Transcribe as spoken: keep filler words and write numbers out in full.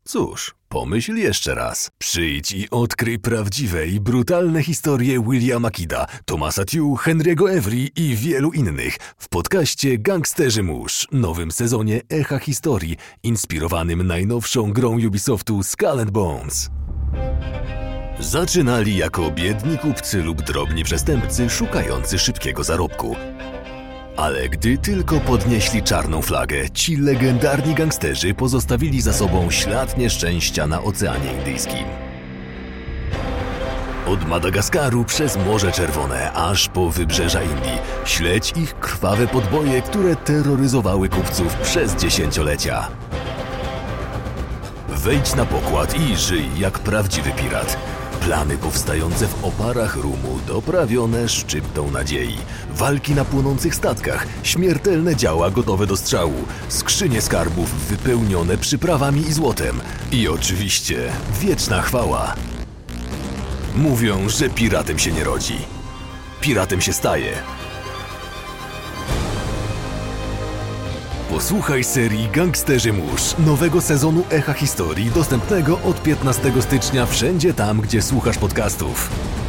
Cóż, pomyśl jeszcze raz. Przyjdź i odkryj prawdziwe i brutalne historie Williama Kida, Thomasa Tew, Henry'ego Avery i wielu innych w podcaście Gangsterzy Mórz, nowym sezonie Echa Historii, inspirowanym najnowszą grą Ubisoftu Skull and Bones. Zaczynali jako biedni kupcy lub drobni przestępcy szukający szybkiego zarobku. Ale gdy tylko podnieśli czarną flagę, ci legendarni gangsterzy pozostawili za sobą ślad nieszczęścia na Oceanie Indyjskim. Od Madagaskaru przez Morze Czerwone aż po wybrzeża Indii śledź ich krwawe podboje, które terroryzowały kupców przez dziesięciolecia. Wejdź na pokład i żyj jak prawdziwy pirat. Plany powstające w oparach rumu, doprawione szczyptą nadziei. Walki na płonących statkach, śmiertelne działa gotowe do strzału, skrzynie skarbów wypełnione przyprawami i złotem. I oczywiście wieczna chwała. Mówią, że piratem się nie rodzi. Piratem się staje. Posłuchaj serii Gangsterzy Mórz, nowego sezonu Echa Historii, dostępnego od piętnastego stycznia wszędzie tam, gdzie słuchasz podcastów.